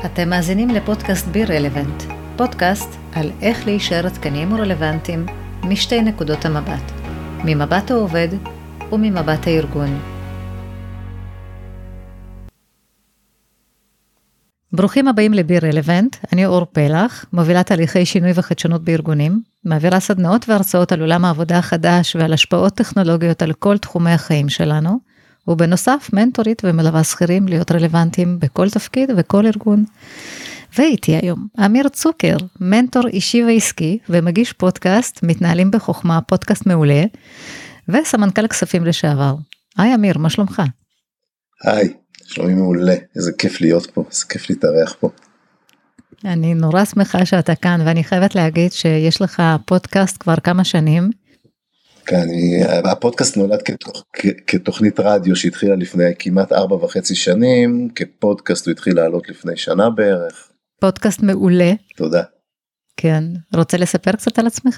אתם מאזינים לפודקאסט בי רלוונט, פודקאסט על איך להישאר עדכניים ורלוונטיים משתי נקודות המבט, ממבט העובד וממבט הארגון. ברוכים הבאים לבי רלוונט, אני אור פלח, מובילה תהליכי שינוי וחדשנות בארגונים, מעבירה סדנאות והרצאות על עולם העבודה החדש ועל השפעות טכנולוגיות על כל תחומי החיים שלנו, ובנוסף מנטורית ומלווה שכירים להיות רלוונטיים בכל תפקיד וכל ארגון. ואיתי היום אמיר צוקר, מנטור אישי ועסקי ומגיש פודקאסט מתנהלים בחוכמה, פודקאסט מעולה, וסמנכ"ל כספים לשעבר. היי אמיר, מה שלומך? היי, שלומי מעולה, איזה כיף להיות פה, איזה כיף להתארח פה. אני נורא שמחה שאתה כאן, ואני חייבת להגיד שיש לך פודקאסט כבר כמה שנים. כן, הפודקאסט נולד כתוכנית רדיו שהתחילה לפני כמעט 4.5 שנים, כפודקאסט הוא התחיל לעלות לפני שנה בערך. פודקאסט מעולה. תודה. כן, רוצה לספר קצת על עצמך?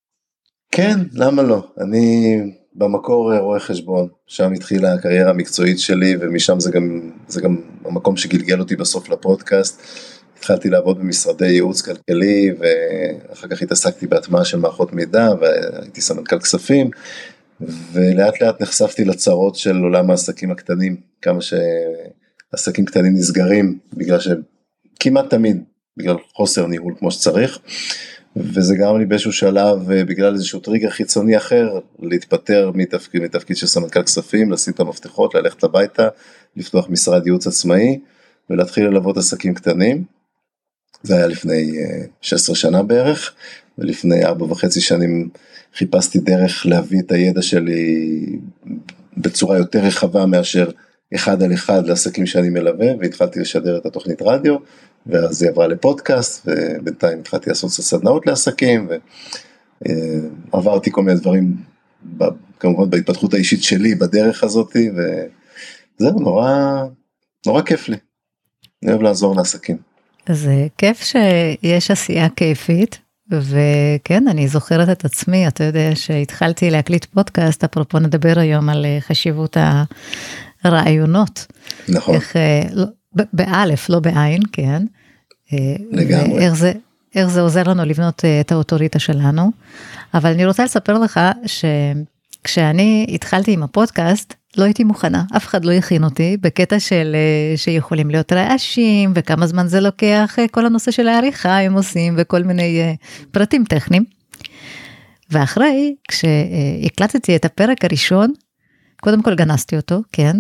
כן, למה לא? אני במקור רואה חשבון, שם התחילה הקריירה המקצועית שלי, ומשם זה גם המקום שגלגל אותי בסוף לפודקאסט. התחלתי לעבוד במשרדי ייעוץ כלכלי, ואחר כך התעסקתי בהטמעה של מערכות מידע, והייתי סמנכ"ל כספים, ולאט לאט נחשפתי לצרות של עולם העסקים הקטנים, כמה שעסקים קטנים נסגרים, בגלל שכמעט תמיד, בגלל חוסר ניהול כמו שצריך, וזה גרם לי באיזשהו שלב, בגלל איזשהו טריגר חיצוני אחר, להתפטר מתפקיד של סמנכ"ל כספים, לשים את המפתחות, ללכת הביתה, לפתוח משרד ייעוץ עצמאי, ולהתחיל ללוות עסקים קטנים. זה היה לפני 16 שנה בערך, ולפני 4.5 שנים חיפשתי דרך להביא את הידע שלי בצורה יותר רחבה מאשר אחד על אחד לעסקים שאני מלווה, והתחלתי לשדר את התוכנית רדיו, ואז היא עברה לפודקאסט, ובינתיים התחלתי לעשות סדנאות לעסקים, ועברתי כל מיני דברים, כמובן בהתפתחות האישית שלי בדרך הזאת, וזהו, נורא כיף לי. אני אוהב לעזור לעסקים. זה כיף שיש עשייה כיפית, וכן, אני זוכרת את עצמי, אתה יודע שהתחלתי להקליט פודקאסט, אפרופו נדבר היום על חשיבות הרעיונות. נכון. באלף, לא בעין, כן. לגמרי. איך זה עוזר לנו לבנות את האוטוריטה שלנו, אבל אני רוצה לספר לך שכשאני התחלתי עם הפודקאסט, לא הייתי מוכנה, אף אחד לא הכין אותי, בקטע של שיכולים להיות רעשים, וכמה זמן זה לוקח, כל הנושא של העריכה הם עושים, וכל מיני פרטים טכניים. ואחרי, כשהקלטתי את הפרק הראשון, קודם כל גנסתי אותו, כן,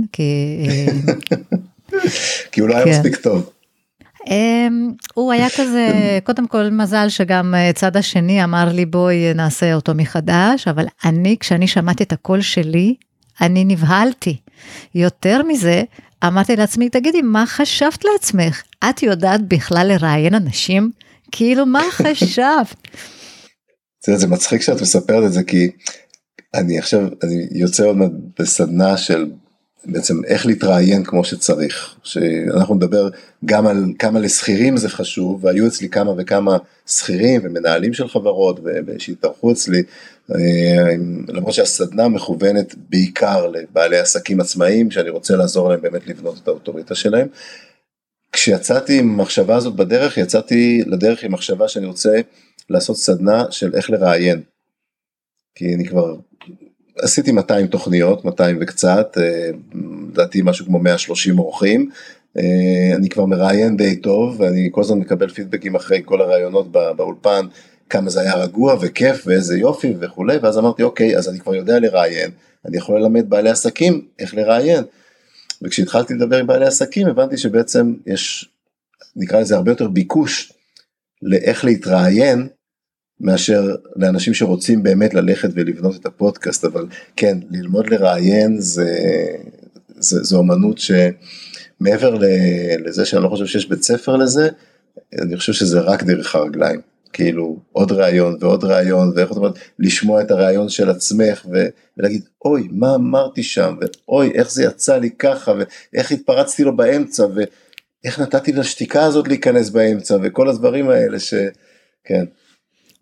כי הוא לא היה מספיק טוב. הוא היה כזה, קודם כל מזל שגם צד השני אמר לי בואי נעשה אותו מחדש, אבל כשאני שמעתי את הקול שלי, אני נבהלתי. יותר מזה, אמרתי לעצמי, תגידי, מה חשבת לעצמך? את יודעת בכלל לראיין אנשים? כאילו, מה חשבת? זה מצחיק שאת מספרת את זה, כי אני יוצא עוד מעט בסדנה של בעצם איך להתראיין כמו שצריך, שאנחנו נדבר גם על כמה לסחירים זה חשוב, והיו אצלי כמה וכמה סחירים ומנהלים של חברות, שהתארחו אצלי, למרות שהסדנה מכוונת בעיקר לבעלי עסקים עצמאיים, שאני רוצה לעזור להם באמת לבנות את האוטוריטה שלהם. כשיצאתי עם המחשבה הזאת בדרך, יצאתי לדרך עם מחשבה שאני רוצה לעשות סדנה של איך לראיין, כי אני כבר עשיתי 200 תוכניות, 200 וקצת, לדעתי משהו כמו 130 אורחים, אני כבר מראיין די טוב, ואני כל הזמן מקבל פידבקים אחרי כל הרעיונות באולפן, כמה זה היה רגוע וכיף ואיזה יופי וכו', ואז אמרתי אוקיי, אז אני כבר יודע לראיין, אני יכול ללמד בעלי עסקים איך לראיין, וכשהתחלתי לדבר עם בעלי עסקים, הבנתי שבעצם יש, נקרא לזה הרבה יותר ביקוש, לאיך להתראיין, מאשר לאנשים שרוצים באמת ללכת ולבנות את הפודקאסט, אבל כן, ללמוד לראיין זו אומנות שמעבר לזה שאני לא חושב שיש בית ספר לזה, אני חושב שזה רק דרך הרגליים, כאילו עוד ראיון ועוד ראיון, ואיך זאת אומרת, לשמוע את הראיון של עצמך, ולהגיד, אוי, מה אמרתי שם, ואוי, איך זה יצא לי ככה, ואיך התפרצתי לו באמצע, ואיך נתתי לשתיקה הזאת להיכנס באמצע, וכל הדברים האלה כן.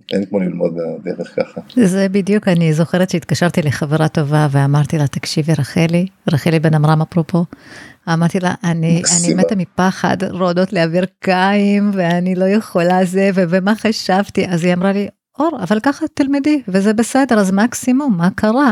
אין כמו ללמוד מהדרך ככה. זה בדיוק, אני זוכרת שהתקשרתי לחברה טובה, ואמרתי לה, תקשיבי רחלי בן אמרם אפרופו, אמרתי לה, אני מתה מפחד, רועדות לי הברכיים, ואני לא יכולה זה, ומה חשבתי, אז היא אמרה לי, אור, אבל ככה תלמדי, וזה בסדר, אז מקסימום, מה קרה?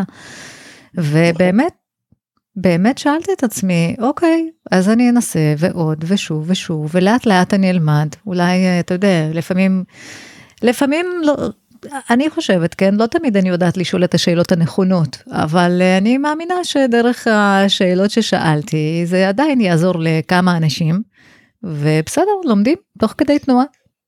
באמת שאלתי את עצמי, אוקיי, אז אני אנסה, ועוד, ושוב, ולאט לאט אני אלמד, אולי, אתה יודע, לפעמים לא, אני חושבת, כן, לא תמיד אני יודעת לשאול את השאלות הנכונות, אבל אני מאמינה שדרך השאלות ששאלתי, זה עדיין יעזור לכמה אנשים, ובסדר, לומדים תוך כדי תנועה.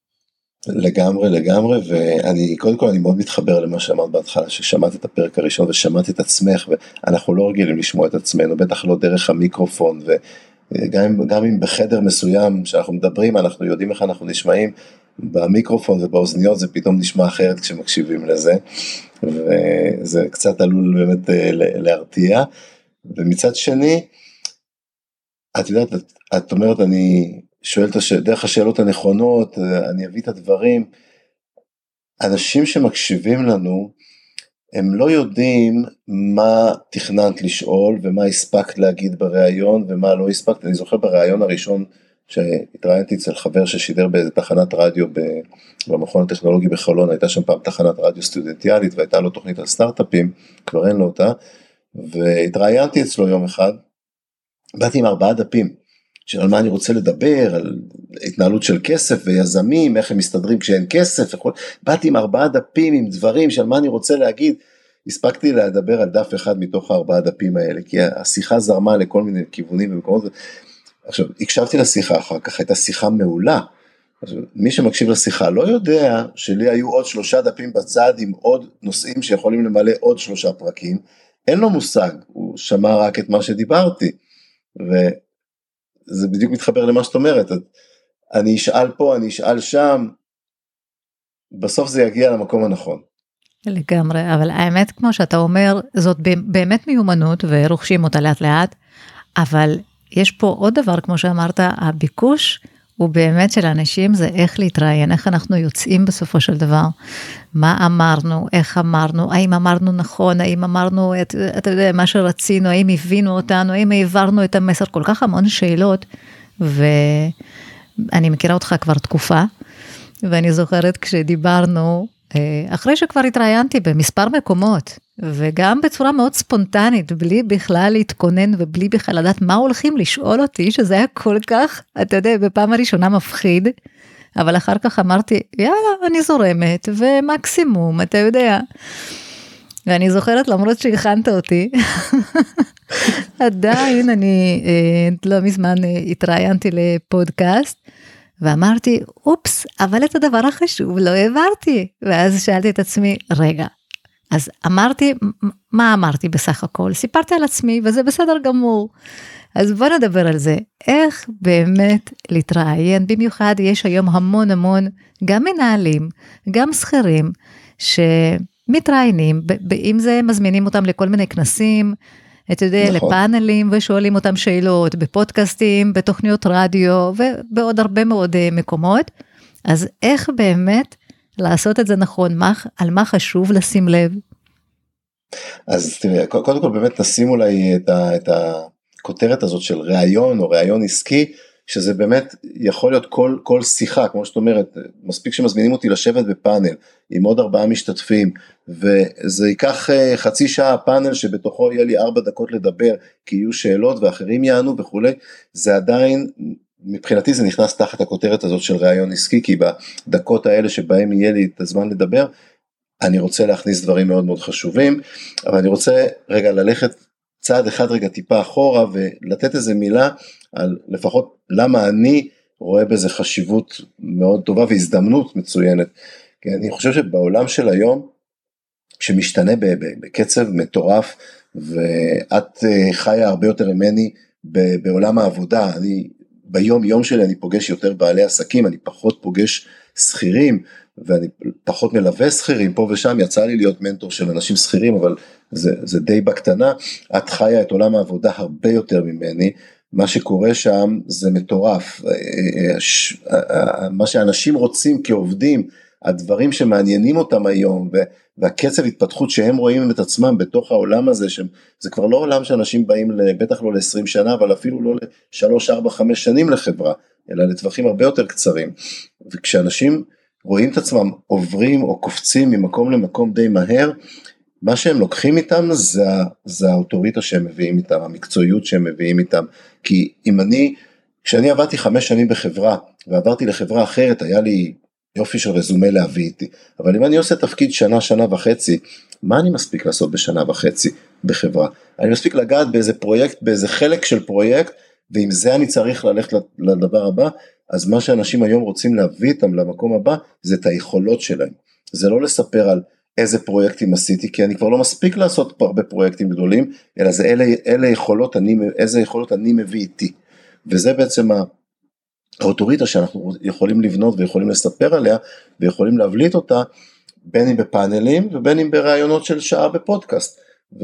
לגמרי, ואני, קודם כל, אני מאוד מתחבר למה שאמרת בהתחלה, ששמעת את הפרק הראשון ושמעת את עצמך, ואנחנו לא רגילים לשמוע את עצמנו, בטח לא דרך המיקרופון, וגם אם בחדר מסוים שאנחנו מדברים, אנחנו יודעים איך אנחנו נשמעים, במיקרופון ובאוזניות זה פתאום נשמע אחרת כשמקשיבים לזה, וזה קצת עלול באמת להרתיע, ומצד שני, את יודעת, את אומרת, אני שואל דרך השאלות הנכונות, אני אביא את הדברים, אנשים שמקשיבים לנו, הם לא יודעים מה תכננת לשאול, ומה הספקת להגיד בראיון, ומה לא הספקת. אני זוכר בראיון הראשון, שהתראיינתי אצל חבר ששידר באיזה תחנת רדיו במכון הטכנולוגי בחולון, הייתה שם פעם תחנת רדיו סטודנטיאלית, והייתה לו תוכנית על סטארט-אפים, כבר אין לו אותה, והתראיינתי אצלו יום אחד, באתי עם 4 דפים, של על מה אני רוצה לדבר, על התנהלות של כסף ויזמים, איך הם מסתדרים כשאין כסף, באתי עם 4 דפים, עם דברים של מה אני רוצה להגיד, הספקתי לדבר על דף אחד מתוך 4 דפים האלה, כי השיחה זרמה לכל מיני כיוונים ומקומות, עכשיו, הקשבתי לשיחה אחר כך, הייתה שיחה מעולה, מי שמקשיב לשיחה לא יודע שלי היו עוד 3 דפים בצד, עם עוד נושאים שיכולים למלא עוד 3 פרקים, אין לו מושג, הוא שמע רק את מה שדיברתי, וזה בדיוק מתחבר למה שאת אומרת, אני אשאל פה, אני אשאל שם, בסוף זה יגיע למקום הנכון. לגמרי, אבל האמת כמו שאתה אומר, זאת באמת מיומנות, ורוכשים אותה לאט לאט, אבל יש פה עוד דבר, כמו שאמרת, הביקוש הוא באמת של אנשים, זה איך להתראיין, איך אנחנו יוצאים בסופו של דבר, מה אמרנו, איך אמרנו, האם אמרנו נכון, האם אמרנו, אתה יודע, מה שרצינו, האם הבינו אותנו, האם העברנו את המסר, כל כך המון שאלות, ואני מכירה אותך כבר תקופה, ואני זוכרת כשדיברנו, אחרי שכבר התראיינתי במספר מקומות, וגם בצורה מאוד ספונטנית, בלי בכלל להתכונן, ובלי בכלל לדעת מה הולכים לשאול אותי, שזה היה כל כך, אתה יודע, בפעם הראשונה מפחיד, אבל אחר כך אמרתי, יאללה, אני זורמת, ומקסימום, אתה יודע. ואני זוכרת, למרות שהכנת אותי, עדיין אני לא מזמן התראיינתי לפודקאסט, ואמרתי, אופס, אבל את הדבר החשוב לא העברתי. ואז שאלתי את עצמי, רגע, אז אמרתי, מה אמרתי בסך הכל? סיפרתי על עצמי, וזה בסדר גמור. אז בוא נדבר על זה. איך באמת להתראיין? במיוחד יש היום המון, גם מנהלים, גם שכירים, שמתראיינים, אם זה מזמינים אותם לכל מיני כנסים, אתה יודע, נכון. לפאנלים, ושואלים אותם שאלות, בפודקאסטים, בתוכניות רדיו, ובעוד הרבה מאוד מקומות. אז איך באמת לעשות את זה נכון? על מה חשוב לשים לב? אז תראה, קודם כל באמת נשים אולי את הכותרת הזאת של ראיון, או ראיון עסקי, שזה באמת יכול להיות כל שיחה, כמו שאת אומרת, מספיק שמזמינים אותי לשבת בפאנל, עם עוד 4 משתתפים, וזה ייקח חצי שעה פאנל, שבתוכו יהיה לי 4 דקות לדבר, כי יהיו שאלות ואחרים יענו וכו', זה עדיין, מבחינתי זה נכנס תחת הכותרת הזאת של ראיון עסקי, כי בדקות האלה שבהם יהיה לי את הזמן לדבר, אני רוצה להכניס דברים מאוד מאוד חשובים, אבל אני רוצה רגע ללכת צעד אחד רגע טיפה אחורה, ולתת איזה מילה על לפחות למה אני רואה בזה חשיבות מאוד טובה, והזדמנות מצוינת, כי אני חושב שבעולם של היום, שמשתנה בקצב מטורף, ואת חיה הרבה יותר ממני בעולם העבודה, אני ביום יום שלי אני פוגש יותר בעלי עסקים, אני פחות פוגש שכירים, ואני פחות מלווה שכירים, פה ושם יצא לי להיות מנטור של אנשים שכירים, אבל זה די בקטנה, את חיה את עולם העבודה הרבה יותר ממני, מה שקורה שם זה מטורף, מה שאנשים רוצים כעובדים, הדברים שמעניינים אותם היום, והקצב התפתחות שהם רואים את עצמם בתוך העולם הזה, זה כבר לא עולם שאנשים באים בטח לא ל-20 שנה, אבל אפילו לא ל-3, 4, 5 שנים לחברה, אלא לטווחים הרבה יותר קצרים, וכשאנשים רואים את עצמם עוברים או קופצים ממקום למקום די מהר, מה שהם לוקחים איתם זה האוטוריטה שהם מביאים איתם, המקצועיות שהם מביאים איתם, כי כשאני עבדתי 5 שנים בחברה, ועברתי לחברה אחרת, היה לי יופי של רזומה להביא איתי, אבל אם אני עושה תפקיד שנה, שנה וחצי, מה אני מספיק לעשות בשנה וחצי בחברה? אני מספיק לגעת באיזה פרויקט, באיזה חלק של פרויקט, ועם זה אני צריך ללכת לדבר הבא, אז מה שאנשים היום רוצים להביא איתם למקום הבא, זה את היכולות שלהם, זה לא לספר על איזה פרויקטים עשיתי, כי אני כבר לא מספיק לעשות פה הרבה פרויקטים גדולים, אלא זה איזה יכולות אני מביא איתי, וזה בעצם האוטוריטה שאנחנו יכולים לבנות ויכולים לספר עליה, ויכולים להבליט אותה, בין אם בפאנלים ובין אם ברעיונות של שעה בפודקאסט,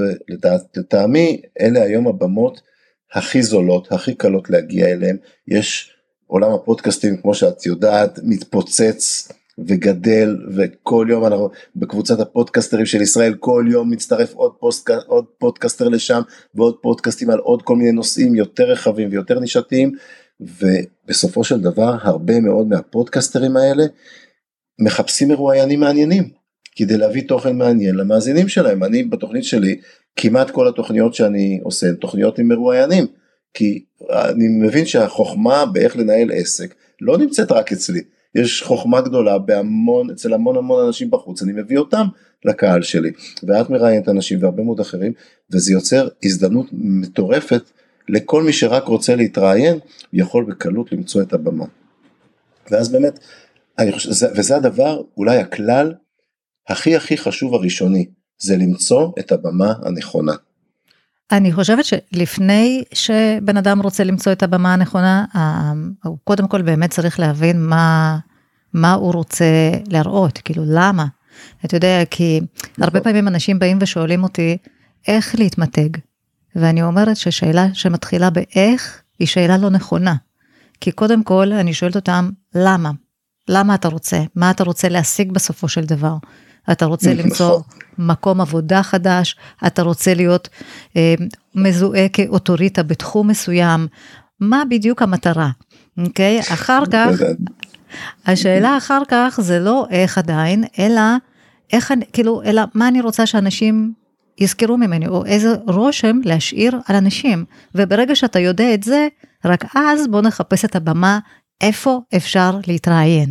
ולטעמי אלה היום הבמות הכי זולות, הכי קלות להגיע אליהם, יש עולם הפודקאסטים כמו שאת יודעת מתפוצץ וגדל, וכל יום אנחנו בקבוצת הפודקאסטרים של ישראל, כל יום מצטרף עוד פודקאסטר לשם, ועוד פודקאסטים על עוד כל מיני נושאים יותר רחבים ויותר נישתיים, ובסופו של דבר הרבה מאוד מהפודקאסטרים האלה מחפשים מרואיינים מעניינים, כדי להביא תוכן מעניין למאזינים שלהם. אני בתוכנית שלי, כמעט כל התוכניות שאני עושה, תוכניות עם מרואיינים, כי אני מבין שהחוכמה באיך לנהל עסק, לא נמצאת רק אצלי, יש חוכמה גדולה אצל המון אנשים בחוץ, אני מביא אותם לקהל שלי, ואת מראיינת אנשים והרבה מאוד אחרים, וזה יוצר הזדמנות מטורפת, לכל מי שרק רוצה להתראיין, יכול בקלות למצוא את הבמה. ואז באמת, וזה הדבר, אולי הכלל, הכי חשוב הראשוני, זה למצוא את הבמה הנכונה. אני חושבת שלפני שבן אדם רוצה למצוא את הבמה הנכונה, הוא קודם כל באמת צריך להבין מה הוא רוצה להראות, כאילו למה. אתה יודע, כי הרבה פעמים אנשים באים ושואלים אותי, איך להתמתג? ואני אומרת ששאלה שמתחילה באיך, היא שאלה לא נכונה. כי קודם כל אני שואלת אותם, למה? למה אתה רוצה? מה אתה רוצה להשיג בסופו של דבר? אתה רוצה למצוא מקום עבודה חדש, אתה רוצה להיות מזוהה כאוטוריטה בתחום מסוים, מה בדיוק המטרה? אוקיי? אחר כך, השאלה אחר כך זה לא איך עדיין, אלא מה אני רוצה שאנשים יזכרו ממני, או איזה רושם להשאיר על אנשים, וברגע שאתה יודע את זה, רק אז בוא נחפש את הבמה, איפה אפשר להתראיין.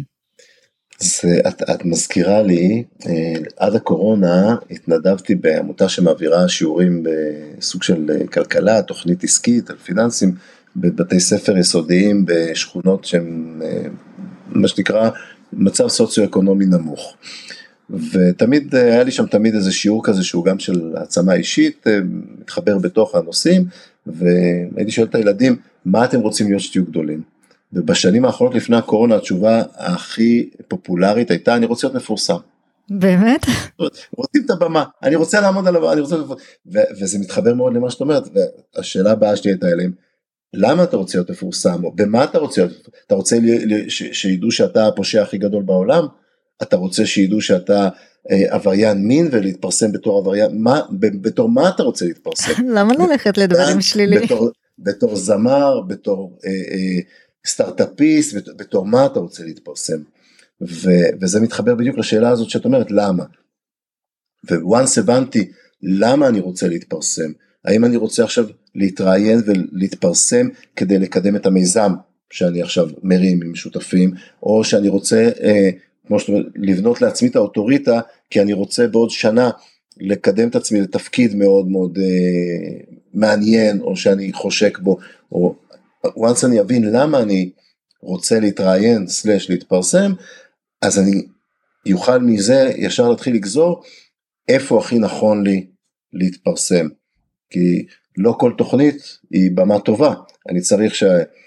את מזכירה לי, עד הקורונה התנדבתי בעמותה שמעבירה שיעורים בסוג של כלכלה, תוכנית עסקית, על פיננסים, בבתי ספר יסודיים בשכונות שהן, מה שנקרא, מצב סוציו-אקונומי נמוך. ותמיד היה לי שם תמיד איזה שיעור כזה שהוא גם של העצמה אישית, מתחבר בתוך הנושאים, והייתי שואל את הילדים, מה אתם רוצים להיות שתהיו גדולים? ובשנים האחרונות לפני הקורונה, התשובה הכי פופולרית הייתה, אני רוצה להיות מפורסם. באמת? רוצים את הבמה, אני רוצה לעמוד על הבמה, וזה מתחבר מאוד למה שאת אומרת, והשאלה הבאה שלי הייתה אליהם, למה אתה רוצה להיות מפורסם, או במה אתה רוצה להיות, אתה רוצה שידעו שאתה הפושע הכי גדול בעולם, אתה רוצה שידעו שאתה עבריין מין ולהתפרסם בתור עבריין, בתור מה אתה רוצה להתפרסם? למה ללכת לדברים שליליים? בתור זמר, בתור סטארט-אפיסט, בתור מה אתה רוצה להתפרסם? וזה מתחבר בדיוק לשאלה הזאת שאת אומרת, למה? וואנס הבנתי, למה אני רוצה להתפרסם? האם אני רוצה עכשיו להתראיין ולהתפרסם כדי לקדם את המיזם שאני עכשיו מרים עם שותפים, או שאני רוצה, כמו שאתה אומר, לבנות לעצמי את האוטוריטה, כי אני רוצה בעוד שנה לקדם את עצמי לתפקיד מאוד מאוד מעניין, או שאני חושק בו, או once אני אבין למה אני רוצה להתראיין / להתפרסם, אז אני יוכל מזה ישר להתחיל לגזור, איפה הכי נכון לי להתפרסם, כי לא כל תוכנית היא במה טובה, אני צריך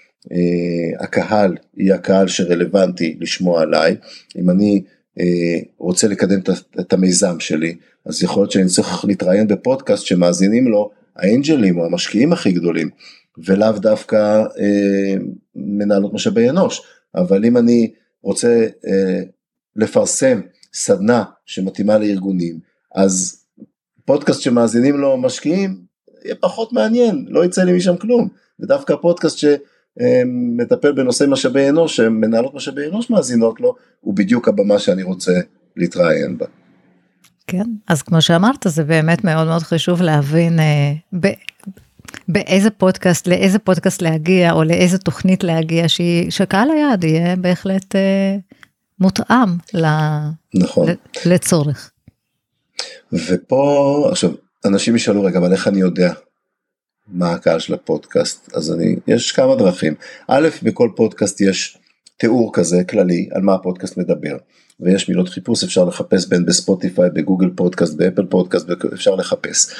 שהקהל יהיה הקהל שרלוונטי לשמוע עליי, אם אני רוצה לקדם את המיזם שלי, אז יכול להיות שאני צריך להתראיין בפודקאסט שמאזינים לו האנג'לים או המשקיעים הכי גדולים, ולאו דווקא מנהלות משאבי אנוש, אבל אם אני רוצה לפרסם סדנה שמתאימה לארגונים, אז פודקאסט שמאזינים לו משקיעים, יהיה פחות מעניין, לא יצא לי משם כלום, ודווקא הפודקאסט שמטפל בנושא משאבי אנוש, שמנהלות משאבי אנוש מאזינות לו, הוא בדיוק הבמה שאני רוצה להתראיין בה. כן, אז כמו שאמרת, זה באמת מאוד מאוד חשוב להבין באיזה פודקאסט, לאיזה פודקאסט להגיע, או לאיזה תוכנית להגיע, שקהל היעד יהיה בהחלט מותאם נכון. לצורך. ופה, עכשיו, אנשים ישאלו רגע, אבל איך אני יודע מה הקהל של הפודקאסט? אז יש כמה דרכים. א', בכל פודקאסט יש תיאור כזה כללי, על מה הפודקאסט מדבר. ויש מילות חיפוש, אפשר לחפש בין בספוטיפיי, בגוגל פודקאסט, באפל פודקאסט, אפשר לחפש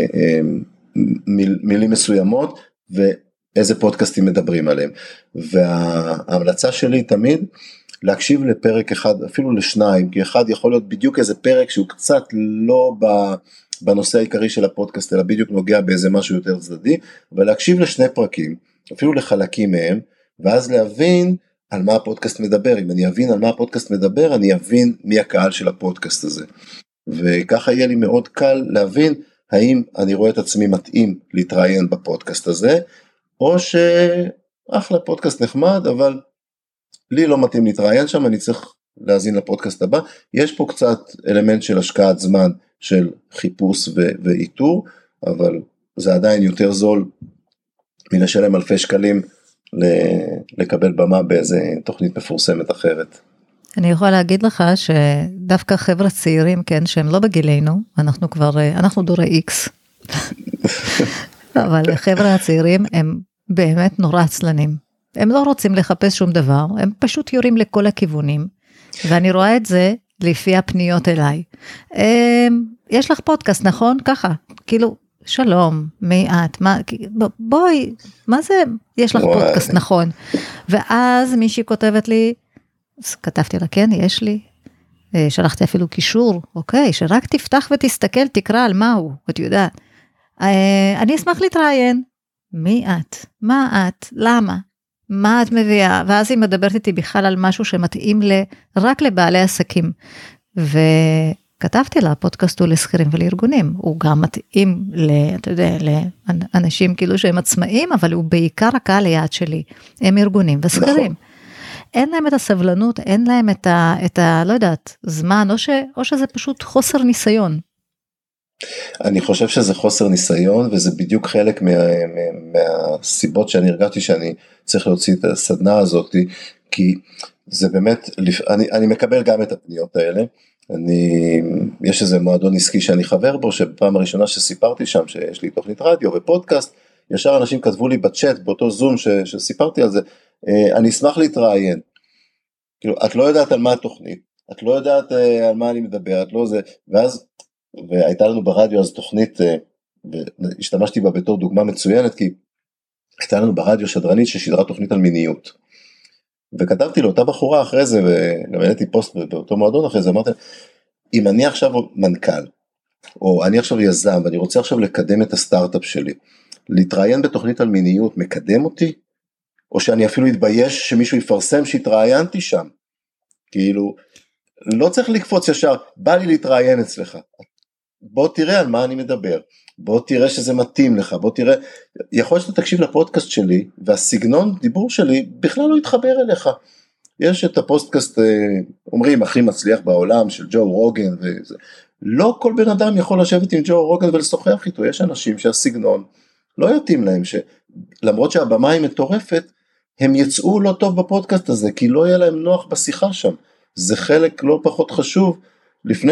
מילים מסוימות, ואיזה פודקאסטים מדברים עליהם. וההמלצה שלי תמיד, להקשיב לפרק אחד, אפילו לשניים, כי אחד יכול להיות בדיוק איזה פרק, שהוא קצת לא בנושא העיקרי של הפודקאסט, אלא בדיוק נוגע באיזה משהו יותר צדדי, ולהקשיב לשני פרקים, אפילו לחלקים מהם, ואז להבין, על מה הפודקאסט מדבר. אם אני אבין על מה הפודקאסט מדבר, אני אבין מי הקהל של הפודקאסט הזה. וככה יהיה לי מאוד קל להבין, האם אני רואה את עצמי מתאים להתראיין בפודקאסט הזה, או שאחלה פודקאסט נחמד, אבל לי לא מתאים להתראיין שם, אני צריך להאזין לפודקאסט הבא. יש פה קצת אלמנט של השקעת זמן, של חיפוש ואיתור, אבל זה עדיין יותר זול, מלשלם אלפי שקלים, לקבל במה באיזה תוכנית מפורסמת אחרת. אני יכולה להגיד לך שדווקא חבר'ה צעירים, כן, שהם לא בגילנו, אנחנו דורי X, אבל חבר'ה הצעירים הם באמת נורא עצלנים. הם לא רוצים לחפש שום דבר, הם פשוט יורים לכל הכיוונים, ואני רואה את זה לפי הפניות אליי. יש לך פודקאסט, נכון? ככה, כאילו, שלום, מי את? בואי, מה זה? יש לך פודקאסט, נכון. ואז מישהי כותבת לי, אז כתבתי לה, כן, יש לי. שלחתי אפילו קישור, אוקיי, שרק תפתח ותסתכל, תקרא על מהו, את יודעת. אני אשמח להתראיין. מי את? מה את? למה? מה את מביאה? ואז היא מדברת איתי בכלל על משהו שמתאים רק לבעלי עסקים. כתבתי לה, הפודקאסט הוא לסחירים ולארגונים, הוא גם מתאים אתה יודע, לאנשים כאילו שהם עצמאים, אבל הוא בעיקר הקהל היעד שלי, הם ארגונים וסחירים. אין להם את הסבלנות, אין להם את לא יודעת, זמן, או שזה פשוט חוסר ניסיון. אני חושב שזה חוסר ניסיון, וזה בדיוק חלק מהסיבות שאני הרגשתי שאני צריך להוציא את הסדנה הזאת, כי זה באמת, אני מקבל גם את הפניות האלה, יש איזה מועדון עסקי שאני חבר בו, שבפעם הראשונה שסיפרתי שם, שיש לי תוכנית רדיו ופודקאסט, ישר אנשים כתבו לי בצ'אט, באותו זום שסיפרתי על זה, אני אשמח להתראיין. כאילו, את לא יודעת על מה התוכנית, את לא יודעת על מה אני מדבר, את לא זה, והייתה לנו ברדיו אז תוכנית, והשתמשתי בה בתור דוגמה מצוינת, כי הייתה לנו ברדיו שדרנית ששידרה תוכנית על מיניות. וכתבתי לאותה בחורה אחרי זה, וגם העליתי פוסט באותו מועדון אחרי זה, אמרתי, אם אני עכשיו מנכ"ל, או אני עכשיו יזם, ואני רוצה עכשיו לקדם את הסטארט-אפ שלי, להתראיין בתוכנית על מיניות, מקדם אותי? או שאני אפילו אתבייש שמישהו יפרסם שהתראיינתי שם? כאילו, לא צריך לקפוץ ישר, בא לי להתראיין אצלך, בוא תראה על מה אני מדבר, בוא תראה שזה מתאים לך, בוא תראה, יכול להיות שאתה תקשיב לפודקאסט שלי, והסגנון דיבור שלי בכלל לא יתחבר אליך. יש את הפודקאסט, אומרים, הכי מצליח בעולם, של ג'ו רוגן, וזה. לא כל בן אדם יכול לשבת עם ג'ו רוגן ולשוחח איתו, יש אנשים שהסגנון לא יתאים להם, למרות שהבמה היא מטורפת, הם יצאו לא טוב בפודקאסט הזה, כי לא יהיה להם נוח בשיחה שם. זה חלק לא פחות חשוב, לפני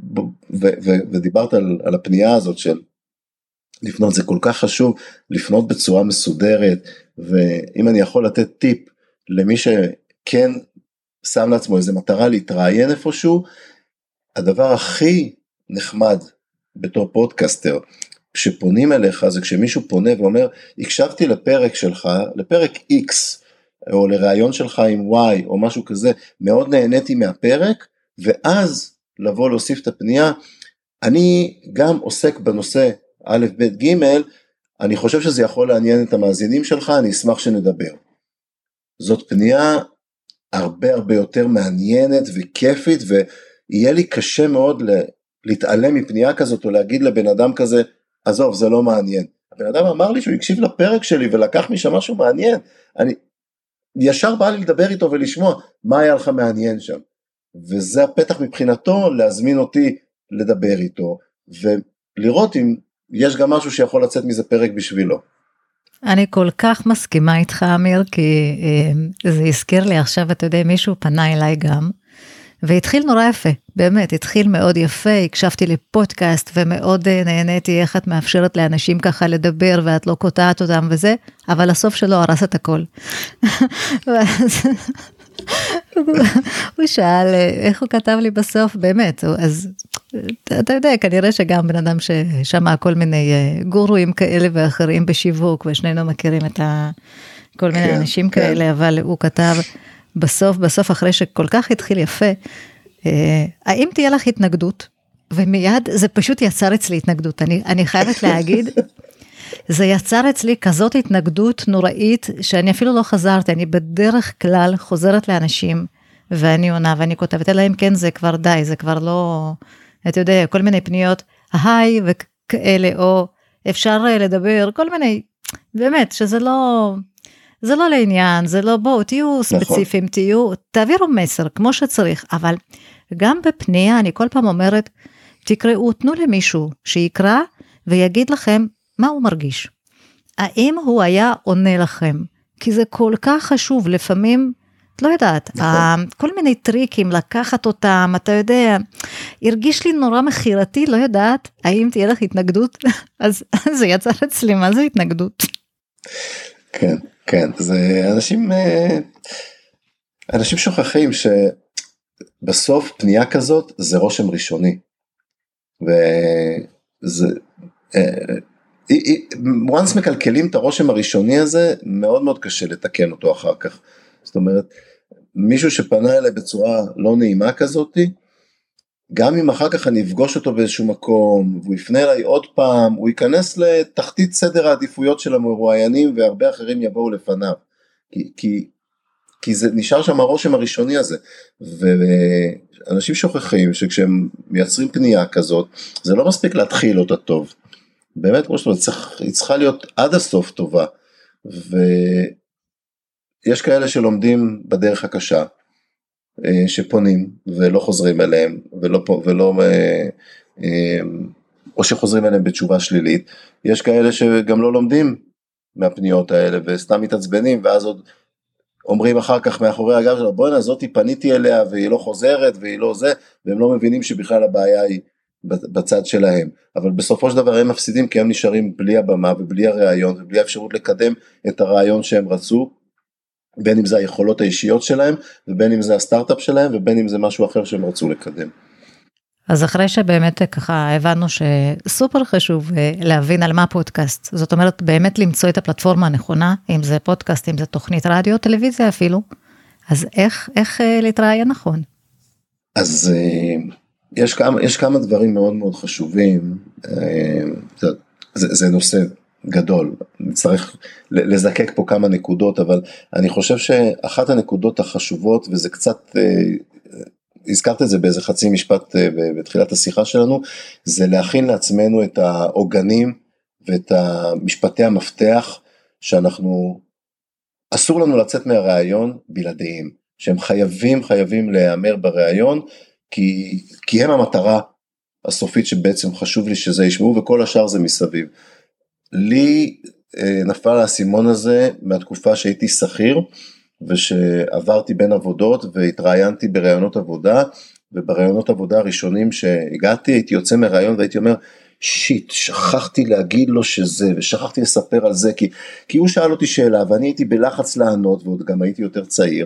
ודיברת על הפנייה הזאת של לפנות, זה כל כך חשוב, לפנות בצורה מסודרת, ואם אני יכול לתת טיפ למי שכן שם לעצמו איזו מטרה להתראיין איפשהו, הדבר הכי נחמד בתור פודקאסטר, כשפונים אליך, זה כשמישהו פונה ואומר, הקשבתי לפרק שלך, לפרק X, או לראיון שלך עם Y, או משהו כזה, מאוד נהניתי מהפרק, ואז לבוא להוסיף את הפנייה, אני גם עוסק בנושא א', ב', ג', אני חושב שזה יכול לעניין את המאזינים שלך, אני אשמח שנדבר. זאת פנייה הרבה הרבה יותר מעניינת וכיפית, ויהיה לי קשה מאוד להתעלם מפנייה כזאת, או להגיד לבן אדם כזה, עזוב, זה לא מעניין. הבן אדם אמר לי שהוא הקשיב לפרק שלי, ולקח משם משהו מעניין, ישר בא לי לדבר איתו ולשמוע, מה היה לך מעניין שם, וזה הפתח מבחינתו, להזמין אותי לדבר איתו, ולראות אם יש גם משהו שיכול לצאת מזה פרק בשבילו. אני כל כך מסכימה איתך, אמיר, כי זה הזכיר לי עכשיו, אתה יודע, מישהו פנה אליי גם, והתחיל נורא יפה, באמת, התחיל מאוד יפה, הקשבתי לפודקאסט, ומאוד נהניתי איך את מאפשרת לאנשים ככה לדבר, ואת לא קוטעת אותם וזה, אבל הסוף שלו הרס את הכל. הוא שאל, איך הוא כתב לי בסוף, באמת, אז אתה יודע, כנראה שגם בן אדם ששמע כל מיני גורואים כאלה ואחרים בשיווק, ושנינו מכירים את כל מיני אנשים כאלה, אבל הוא כתב בסוף אחרי שכל כך התחיל יפה, האם תהיה לך התנגדות? ומיד זה פשוט יצר אצלי התנגדות, אני חייבת להגיד, זה יצר אצלי כזאת התנגדות נוראית, שאני אפילו לא חזרתי, אני בדרך כלל חוזרת לאנשים, ואני עונה, ואני כותבת, אלא אם כן זה כבר די, זה כבר לא, אתה יודע, כל מיני פניות, היי וכאלה, או אפשר לדבר, כל מיני, באמת, שזה לא, זה לא לעניין, זה לא, בואו, תהיו ספציפיים, תעבירו מסר, כמו שצריך, אבל גם בפנייה, אני כל פעם אומרת, תקראו, תנו למישהו שיקרא, ויגיד לכם, מה הוא מרגיש? האם הוא היה עונה לכם? כי זה כל כך חשוב, לפעמים, לא יודעת, כל מיני טריקים, לקחת אותם, אתה יודע, הרגיש לי נורא מחירתי, לא יודעת, האם תהיה לך התנגדות? אז זה יצר אצלי, מה זה התנגדות? כן, כן, זה אנשים שוכחים שבסוף פנייה כזאת, זה רושם ראשוני, וזה, once מקלקלים את הרושם הראשוני הזה, מאוד מאוד קשה לתקן אותו אחר כך. זאת אומרת, מישהו שפנה אליי בצורה לא נעימה כזאת, גם אם אחר כך אני אפגוש אותו באיזשהו מקום, והוא יפנה אליי עוד פעם, הוא ייכנס לתחתית סדר העדיפויות של המרואיינים, והרבה אחרים יבואו לפניו. כי זה נשאר שם הרושם הראשוני הזה, ואנשים שוכחים שכשהם מייצרים פנייה כזאת, זה לא מספיק להתחיל אותה טוב. באמת, כמו שאתה אומר, היא צריכה להיות עד הסוף טובה, ויש כאלה שלומדים בדרך הקשה, שפונים ולא חוזרים אליהם, או שחוזרים אליהם בתשובה שלילית, יש כאלה שגם לא לומדים מהפניות האלה, וסתם מתעצבנים, ואז עוד אומרים אחר כך מאחורי הגב שלו, בואי נזאתי פניתי אליה, והיא לא חוזרת, והיא לא זה, והם לא מבינים שבכלל הבעיה היא בצד שלהם, אבל בסופו של דבר הם מפסידים, כי הם נשארים בלי הבמה, ובלי הרעיון, ובלי האפשרות לקדם את הרעיון שהם רצו, בין אם זה היכולות האישיות שלהם, ובין אם זה הסטארט-אפ שלהם, ובין אם זה משהו אחר שהם רצו לקדם. אז אחרי שבאמת ככה הבנו שסופר חשוב להבין על מה פודקאסט, זאת אומרת באמת למצוא את הפלטפורמה הנכונה, אם זה פודקאסט, אם זה תוכנית רדיו, טלוויזיה אפילו, אז איך להתראיין נכון? אז יש כמה דברים מאוד מאוד חשובים, זה נושא גדול, נצטרך לזקק פה כמה נקודות, אבל אני חושב שאחת הנקודות החשובות, וזה קצת, הזכרת את זה באיזה חצי משפט בתחילת השיחה שלנו, זה להכין לעצמנו את העוגנים ואת המשפטי המפתח, שאנחנו, אסור לנו לצאת מהרעיון בלעדיים, שהם חייבים להיאמר ברעיון, כי הם המטרה הסופית שבעצם חשוב לי שזה ישמעו, וכל השאר זה מסביב. לי נפל האסימון הזה מהתקופה שהייתי שכיר, ושעברתי בין עבודות, והתראיינתי ברעיונות עבודה, וברעיונות עבודה הראשונים שהגעתי, הייתי יוצא מרעיון והייתי אומר, שיט, שכחתי להגיד לו שזה, ושכחתי לספר על זה, כי הוא שאל אותי שאלה, ואני הייתי בלחץ לענות, ועוד גם הייתי יותר צעיר,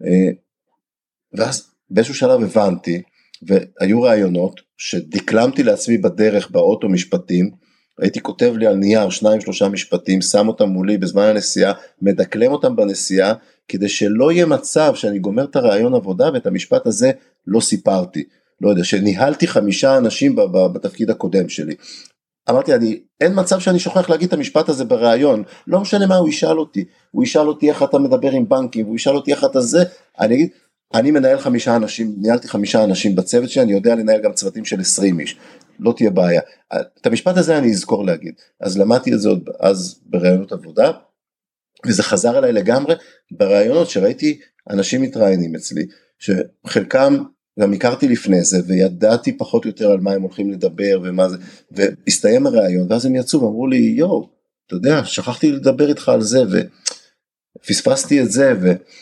ואז באיזשהו שלב הבנתי, והיו רעיונות, שדקלמתי לעצמי בדרך, באוטו משפטים, הייתי כותב לי על נייר 2-3 משפטים, שם אותם מולי בזמן הנסיעה, מדקלם אותם בנסיעה, כדי שלא יהיה מצב שאני גומר את הרעיון עבודה, ואת המשפט הזה לא סיפרתי, לא יודע, שניהלתי 5 אנשים בתפקיד הקודם שלי, אמרתי, אין מצב שאני שוכח להגיד את המשפט הזה בראיון, לא משנה מה הוא ישאל אותי, הוא ישאל אותי איך אתה מדבר עם בנקים, הוא ישאל אותי איך אתה זה, אני אגיד, אני מנהל 5 אנשים, ניהלתי 5 אנשים בצוות שלי, אני יודע לנהל גם צוותים של 20 איש, לא תהיה בעיה, את המשפט הזה אני אזכור להגיד, אז למדתי את זה עוד אז בראיונות עבודה, וזה חזר אליי לגמרי, בראיונות שראיתי אנשים מתראיינים אצלי, שחלקם גם הכרתי לפני זה, וידעתי פחות או יותר על מה הם הולכים לדבר, ומה זה, והסתיים הראיון, ואז הם יצאו ואמרו לי, יו, אתה יודע, שכחתי לדבר איתך על זה, ופספסתי את זה,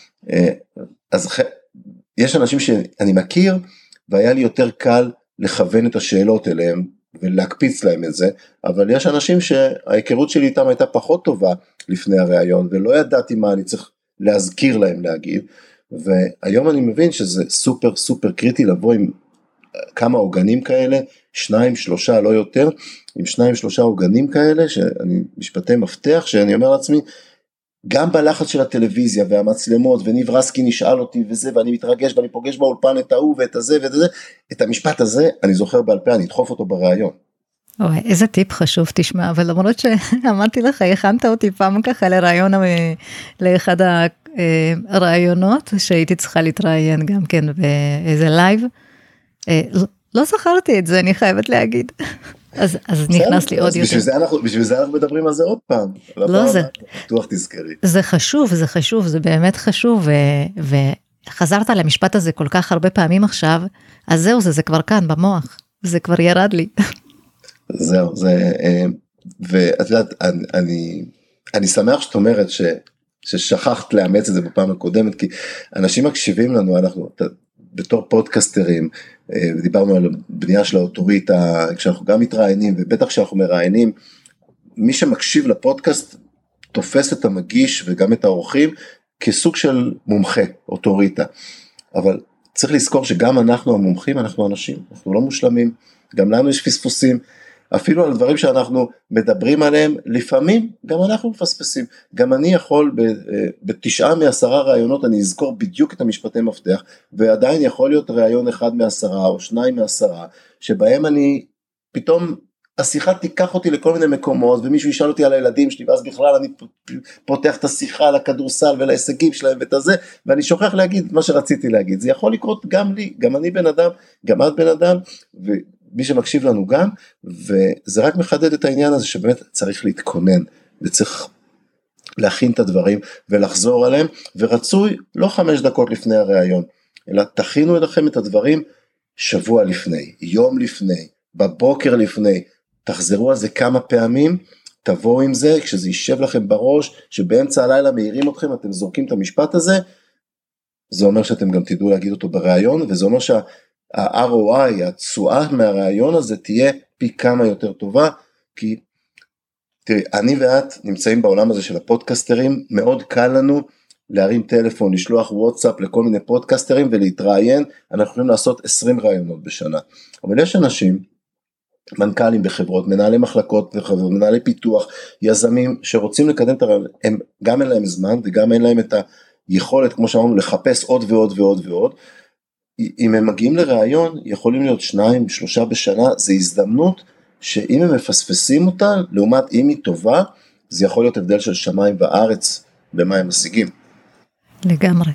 אז יש אנשים שאני מכיר, והיה לי יותר קל לכוון את השאלות אליהם, ולהקפיץ להם את זה, אבל יש אנשים שההיכרות שלי איתם הייתה פחות טובה לפני הראיון, ולא ידעתי מה אני צריך להזכיר להם להגיד, והיום אני מבין שזה סופר סופר קריטי לבוא עם כמה עוגנים כאלה, 2, 3 לא יותר, עם 2, 3 עוגנים כאלה, שאני משפטי מפתח, שאני אומר לעצמי, גם בלחץ של הטלוויזיה והמצלמות, וניב רסקי נשאל אותי וזה, ואני מתרגש ואני פוגש באולפן את ההוא ואת הזה ואת זה, את המשפט הזה אני זוכר בעל פה, אני אדחוף אותו בראיון. אוי, איזה טיפ חשוב תשמע, אבל למרות שאמרתי לך, הכנת אותי פעם ככה לראיון, לאחד הרעיונות, שהייתי צריכה להתראיין גם כן באיזה לייב, לא זכרתי את זה, אני חייבת להגיד. אז נכנס לי עוד יותר. בשביל זה אנחנו מדברים על זה עוד פעם. לא זה. בטוח תזכרי. זה חשוב, זה באמת חשוב, וחזרת למשפט הזה כל כך הרבה פעמים עכשיו, אז זהו, זה כבר כאן במוח, זה כבר ירד לי. זהו, ואת יודעת, אני שמח שאת אומרת ששכחת לאמץ את זה בפעם הקודמת, כי אנשים מקשיבים לנו, אנחנו בתור פודקסטרים, דיברנו על בנייה של האוטוריטה, כשאנחנו גם מתראיינים, ובטח כשאנחנו מראיינים, מי שמקשיב לפודקאסט, תופס את המגיש וגם את האורחים, כסוג של מומחה, אוטוריטה, אבל צריך לזכור שגם אנחנו המומחים, אנחנו אנשים, אנחנו לא מושלמים, גם לנו יש פספוסים, אפילו על דברים שאנחנו מדברים עליהם, לפעמים גם אנחנו מפספסים, גם אני יכול ב9 מ10 רעיונות, אני אזכור בדיוק את המשפטי מפתח, ועדיין יכול להיות רעיון 1 מ10 או 2 מ10, שבהם אני פתאום, השיחה תיקח אותי לכל מיני מקומות, ומישהו ישאל אותי על הילדים שלי, ואז בכלל אני פותח את השיחה לכדורסל ולהישגים שלהם ואת הזה, ואני שוכח להגיד מה שרציתי להגיד, זה יכול לקרות גם לי, גם אני בן אדם, גם את בן אדם, מי שמקשיב לנו גם, וזה רק מחדד את העניין הזה שבאמת צריך להתכונן, וצריך להכין את הדברים ולחזור עליהם, ורצוי לא 5 דקות לפני הראיון, אלא תכינו לכם את הדברים שבוע לפני, יום לפני, בבוקר לפני, תחזרו על זה כמה פעמים, תבואו עם זה, כשזה יישב לכם בראש, שבאמצע הלילה מהירים אתכם, אתם זורקים את המשפט הזה, זה אומר שאתם גם תדעו להגיד אותו בראיון, וזה אומר ה-ROI, התשואה מהרעיון הזה תהיה פי כמה יותר טובה, כי תראי, אני ואת נמצאים בעולם הזה של הפודקסטרים, מאוד קל לנו להרים טלפון, לשלוח וואטסאפ לכל מיני פודקסטרים ולהתראיין, אנחנו יכולים לעשות 20 רעיונות בשנה, אבל יש אנשים, מנכ"לים בחברות, מנהלי מחלקות בחברות, מנהלי פיתוח, יזמים שרוצים לקדם את הרעיון, הם גם אין להם זמן וגם אין להם את היכולת, כמו שאמרנו, לחפש עוד ועוד ועוד ועוד, אם הם מגיעים לרעיון, יכולים להיות 2, 3 בשנה, זה הזדמנות שאם הם מפספסים אותה, לעומת אם היא טובה, זה יכול להיות הבדל של שמיים וארץ, במה הם משיגים. לגמרי.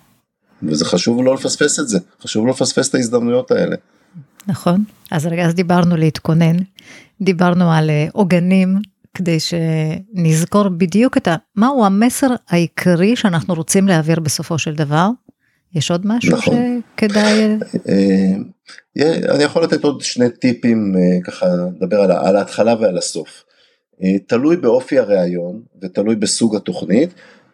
וזה חשוב לא לפספס את זה, חשוב לא לפספס את ההזדמנויות האלה. נכון, אז רגע, אז דיברנו להתכונן, דיברנו על עוגנים, כדי שנזכור בדיוק מהו המסר העיקרי שאנחנו רוצים להעביר בסופו של דבר, יש עוד משהו נכון. שכדאי? אני יכול לתת עוד 2 טיפים, ככה לדבר על ההתחלה ועל הסוף. תלוי באופי הרעיון, ותלוי בסוג התוכנית,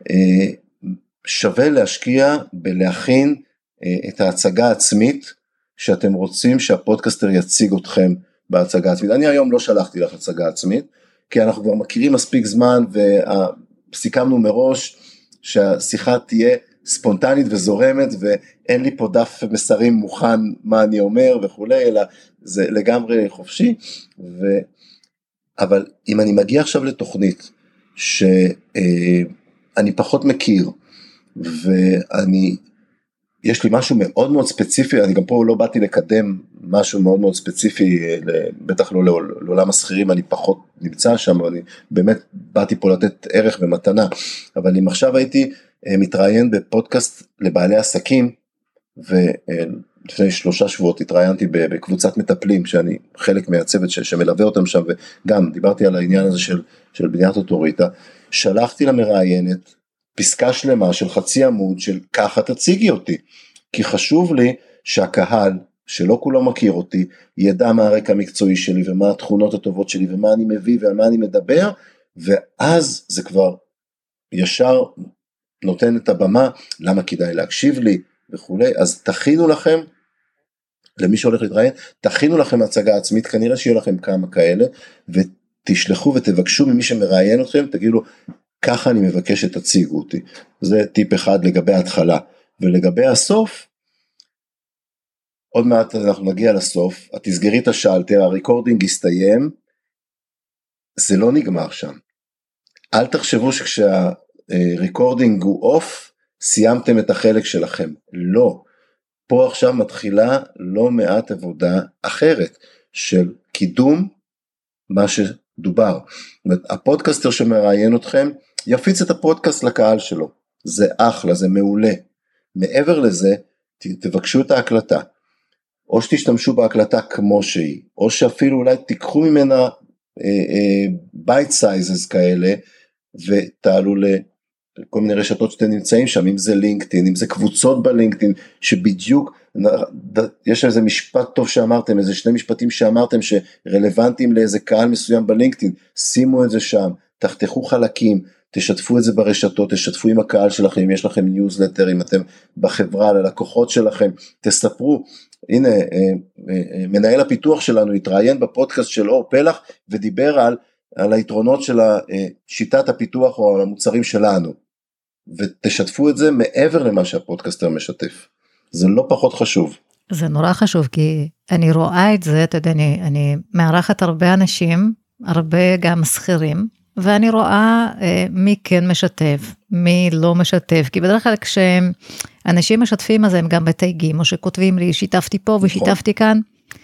שווה להשקיע בלהכין את ההצגה העצמית, שאתם רוצים שהפודקאסטר יציג אתכם בהצגה עצמית. אני היום לא שלחתי לך הצגה עצמית, כי אנחנו כבר מכירים מספיק זמן, וסיכמנו מראש שהשיחה תהיה ספונטנית וזורמת, ואין לי פה דף מסרים מוכן מה אני אומר וכולי, אלא זה לגמרי חופשי, אבל אם אני מגיע עכשיו לתוכנית, שאני פחות מכיר, ואני יש לי משהו מאוד מאוד ספציפי, אני גם פה לא באתי לקדם משהו מאוד מאוד ספציפי, בטח לא לעולם השכירים, אני פחות נמצא שם, אני באמת באתי פה לתת ערך ומתנה, אבל אם עכשיו הייתי מתראיין בפודקאסט לבעלי עסקים, ולפני 3 שבועות התראיינתי בקבוצת מטפלים, שאני חלק מהצוות שמלווה אותם שם, וגם דיברתי על העניין הזה של בניית אוטוריטה, שלחתי למראיינת, פסקה שלמה של חצי עמוד של ככה תציגי אותי, כי חשוב לי שהקהל שלא כולו מכיר אותי, ידע מה הרקע המקצועי שלי ומה התכונות הטובות שלי ומה אני מביא ועל מה אני מדבר, ואז זה כבר ישר נותן את הבמה, למה כדאי להקשיב לי וכו'. אז תכינו לכם, למי שהולך להתראיין, תכינו לכם הצגה עצמית, כנראה שיהיה לכם כמה כאלה, ותשלחו ותבקשו ממי שמראיין אתכם, תגידו, ככה אני מבקש שתציגו אותי. זה טיפ אחד לגבי ההתחלה. ולגבי הסוף, עוד מעט אנחנו נגיע לסוף, את תסגרי את השלטר, הריקורדינג יסתיים, זה לא נגמר שם. אל תחשבו שכשהריקורדינג הוא אוף, סיימתם את החלק שלכם. לא. פה עכשיו מתחילה לא מעט עבודה אחרת, של קידום מה שדובר. הפודקאסטר שמראיין אתכם, יפיץ את הפודקאסט לקהל שלו, זה אחלה, זה מעולה. מעבר לזה, תבקשו את ההקלטה, או שתשתמשו בהקלטה כמו שהיא, או שאפילו אולי תיקחו ממנה bite sizes כאלה, ותעלו לכל מיני רשתות שאתם נמצאים שם, אם זה לינקדאין, אם זה קבוצות בלינקדאין, שבדיוק, יש איזה משפט טוב שאמרתם, איזה 2 משפטים שאמרתם, שרלוונטיים לאיזה קהל מסוים בלינקדאין, שימו את זה שם, תחתכו חלקים, תשתפו את זה ברשתות, תשתפו עם הקהל שלכם, אם יש לכם ניוזלטר, אם אתם בחברה, ללקוחות שלכם, תספרו, הנה, מנהל הפיתוח שלנו התראיין בפודקאסט של אור פלח, ודיבר על היתרונות של שיטת הפיתוח או המוצרים שלנו, ותשתפו את זה מעבר למה שהפודקאסטר משתף, זה לא פחות חשוב. זה נורא חשוב, כי אני רואה את זה, אתה יודע, אני מארחת הרבה אנשים, הרבה גם שכירים, ואני רואה מי כן משתף, מי לא משתף, כי בדרך כלל כשאנשים משתפים, אז הם גם מתייגים, או שכותבים לי, שיתפתי פה ושיתפתי כאן,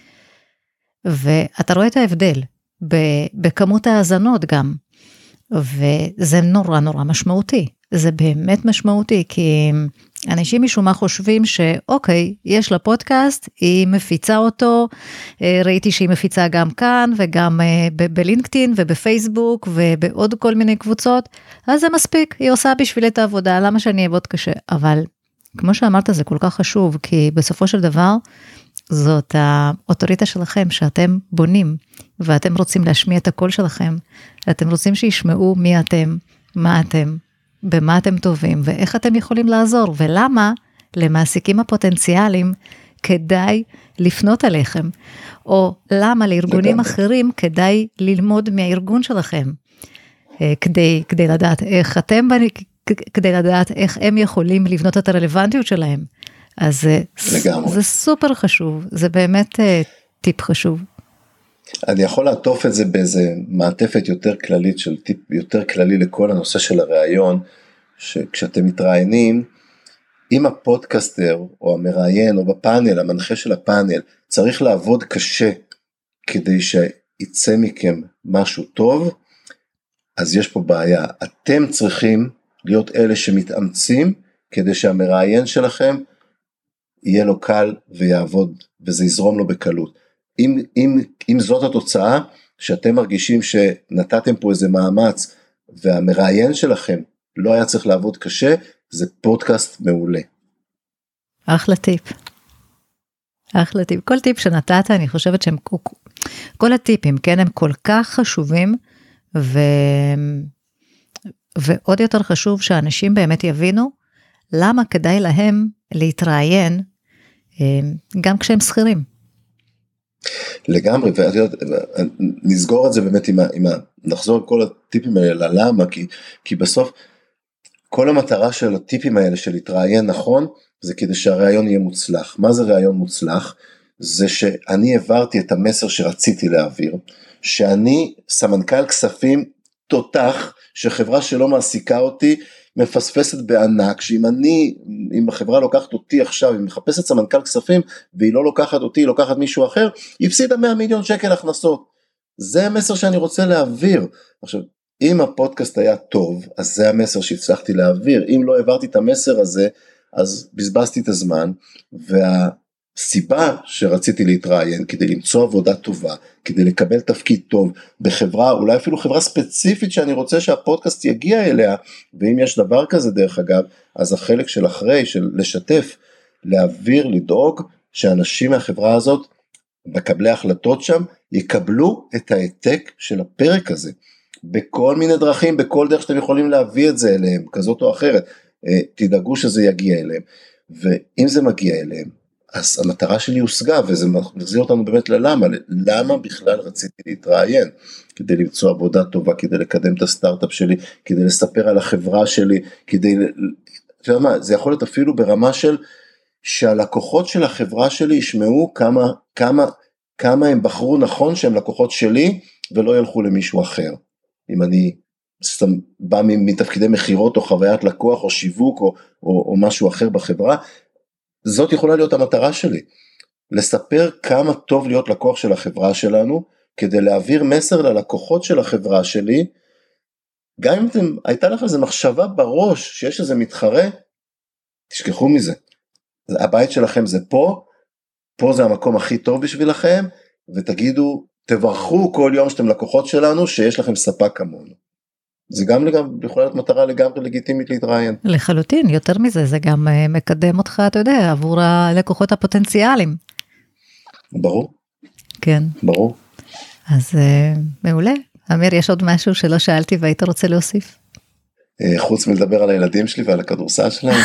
ואתה רואה את ההבדל, בכמות האזנות גם, וזה נורא נורא משמעותי, זה באמת משמעותי, כי אנשים משום מה חושבים שאוקיי, יש לה פודקאסט, היא מפיצה אותו, ראיתי שהיא מפיצה גם כאן, וגם בלינקדאין ובפייסבוק, ובעוד כל מיני קבוצות, אז זה מספיק, היא עושה בשביל את העבודה, למה שאני אעבוד קשה? אבל כמו שאמרת, זה כל כך חשוב, כי בסופו של דבר, זאת האוטוריטה שלכם, שאתם בונים, ואתם רוצים להשמיע את הקול שלכם, אתם רוצים שישמעו מי אתם, מה אתם, במה אתם טובים, ואיך אתם יכולים לעזור, ולמה למעסיקים הפוטנציאליים כדאי לפנות עליכם, או למה לארגונים אחרים כדאי ללמוד מהארגון שלכם, כדי לדעת איך אתם, כדי לדעת איך הם יכולים לבנות את הרלוונטיות שלהם. אז זה סופר חשוב, זה באמת טיפ חשוב. אני יכול לעטוף את זה באיזה מעטפת יותר כללית, של טיפ יותר כללי לכל הנושא של הראיון, שכשאתם מתראיינים, אם הפודקאסטר או המראיין או בפאנל, המנחה של הפאנל, צריך לעבוד קשה כדי שיצא מכם משהו טוב, אז יש פה בעיה. אתם צריכים להיות אלה שמתאמצים, כדי שהמראיין שלכם יהיה לו קל ויעבוד, וזה יזרום לו בקלות. אם זאת התוצאה, שאתם מרגישים שנתתם פה איזה מאמץ, והמראיין שלכם לא היה צריך לעבוד קשה, זה פודקאסט מעולה. אחלה טיפ. אחלה טיפ. כל טיפ שנתת, אני חושבת שהם, כל הטיפים, כן, הם כל כך חשובים, ועוד יותר חשוב שאנשים באמת יבינו, למה כדאי להם להתראיין, גם כשהם שכירים. לגמרי, נסגור את זה באמת, נחזור על כל הטיפים האלה, למה? כי בסוף, כל המטרה של הטיפים האלה של להתראיין נכון, זה כדי שהראיון יהיה מוצלח. מה זה ראיון מוצלח? זה שאני העברתי את המסר שרציתי להעביר, שאני סמנכ"ל כספים תותח, שחברה שלא מעסיקה אותי, מפספסת בענק, אם החברה לוקחת אותי עכשיו, היא מחפשת סמנכ"ל כספים, והיא לא לוקחת אותי, היא לוקחת מישהו אחר, היא הפסידה 100 מיליון שקל הכנסות. זה המסר שאני רוצה להעביר. עכשיו, אם הפודקאסט היה טוב, אז זה המסר שהצלחתי להעביר. אם לא העברתי את המסר הזה, אז בזבזתי את הזמן, והסיבה שרציתי להתראיין, כדי למצוא עבודה טובה, כדי לקבל תפקיד טוב בחברה, אולי אפילו חברה ספציפית שאני רוצה שהפודקאסט יגיע אליה, ואם יש דבר כזה דרך אגב, אז החלק של אחרי, של לשתף, להעביר, לדאוג, שאנשים מהחברה הזאת, מקבלי ההחלטות שם, יקבלו את העתק של הפרק הזה, בכל מיני דרכים, בכל דרך שאתם יכולים להביא את זה אליהם, כזאת או אחרת, תדאגו שזה יגיע אליהם, ואם זה מגיע אליהם, אז המטרה שלי הושגה, וזה מחזיר אותנו באמת למה בכלל רציתי להתראיין, כדי למצוא עבודה טובה, כדי לקדם את הסטארט-אפ שלי, כדי לספר על החברה שלי, אתה יודע מה, זה יכול להיות אפילו ברמה שהלקוחות של החברה שלי ישמעו כמה הם בחרו נכון שהם לקוחות שלי, ולא ילכו למישהו אחר. אם אני בא מתפקידי מחירות, או חוויית לקוח, או שיווק, או משהו אחר בחברה, זאת יכולה להיות המטרה שלי. לספר כמה טוב להיות לקוח של החברה שלנו, כדי להעביר מסר ללקוחות של החברה שלי, גם אם הייתה לך איזו מחשבה בראש, שיש איזה מתחרה, תשכחו מזה. הבית שלכם זה פה זה המקום הכי טוב בשבילכם, ותגידו, תברכו כל יום שאתם לקוחות שלנו, שיש לכם ספק כמונו. זה גם יכולה להיות מטרה לגמרי לגיטימית להתראיין. לחלוטין, יותר מזה, זה גם מקדם אותך, אתה יודע, עבור הלקוחות הפוטנציאליים. ברור. כן. ברור. אז מעולה. אמיר, יש עוד משהו שלא שאלתי והיית רוצה להוסיף? חוץ מלדבר על הילדים שלי ועל הכדורסל שלהם.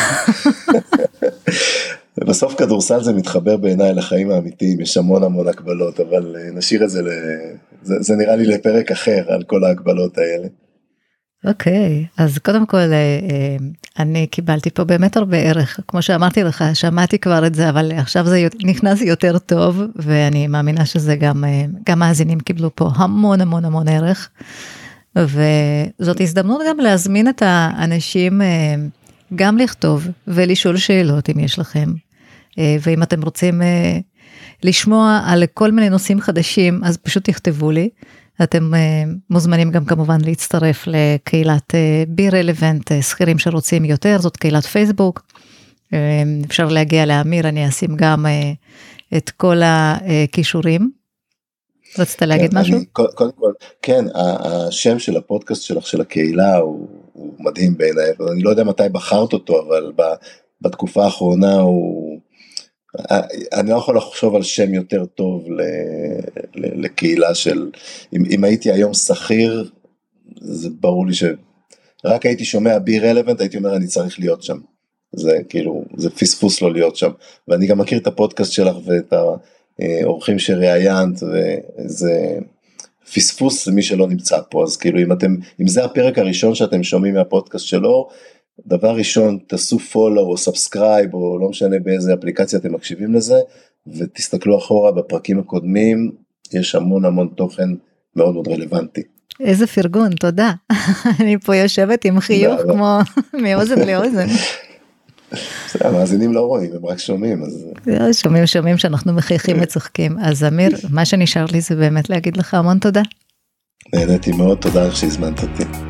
ובסוף כדורסל זה מתחבר בעיניי לחיים האמיתיים, יש המון הגבלות, אבל נשאיר את זה, זה נראה לי לפרק אחר על כל ההגבלות האלה. אוקיי, אז קודם כל, אני קיבלתי פה באמת הרבה ערך, כמו שאמרתי לך, שמעתי כבר את זה, אבל עכשיו זה נכנס יותר טוב, ואני מאמינה שזה גם מאזינים קיבלו פה המון ערך, וזאת הזדמנות גם להזמין את האנשים, גם לכתוב ולשאול שאלות אם יש לכם, ואם אתם רוצים לשמוע על כל מיני נושאים חדשים, אז פשוט תכתבו לי, אתם מוזמנים גם כמובן להצטרף לקהילת בי-רלוונט, שכירים שרוצים יותר, זאת קהילת פייסבוק, אפשר להגיע לאמיר, אני אשים גם את כל הכישורים. רצית להגיד משהו? קודם כל, כן, השם של הפודקאסט שלך, של הקהילה, הוא מדהים בעיניי, אני לא יודע מתי בחרת אותו, אבל בתקופה האחרונה אני לא יכול לחשוב על שם יותר טוב לקהילה של, אם הייתי היום שכיר, זה ברור לי שרק הייתי שומע בי-רלוונט, הייתי אומר אני צריך להיות שם, זה כאילו, זה פספוס לא להיות שם, ואני גם מכיר את הפודקאסט שלך ואת האורחים שראיינת, וזה פספוס למי שלא נמצא פה, אז כאילו אם זה הפרק הראשון שאתם שומעים מהפודקאסט שלו, דבר ראשון, תעשו follow או subscribe, או לא משנה באיזה אפליקציה אתם מקשיבים לזה, ותסתכלו אחורה בפרקים הקודמים, יש המון כמו מאוד רלוונטי. איזה פרגון, תודה. אני פה יושבת עם חיוך כמו מאוזן לאוזן. המאזינים לא רואים, הם רק שומעים. שומעים שאנחנו מחייכים וצוחקים. אז אמיר, מה שנשאר לי זה באמת להגיד לך המון תודה. נהניתי מאוד, תודה שהזמנת אותי.